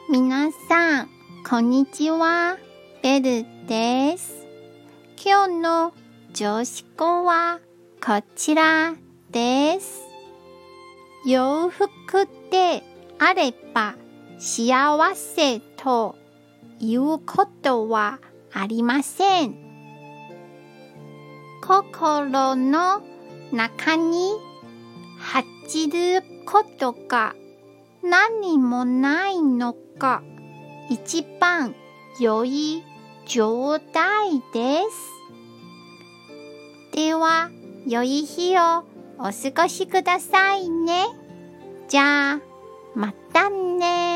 皆さん、こんにちは。ベルです。今日の上司語はこちらです。洋服であれば幸せということはありません。心の中に恥じることが何もないのが一番良い状態です。では、良い日をお過ごしくださいね。じゃあ、またね。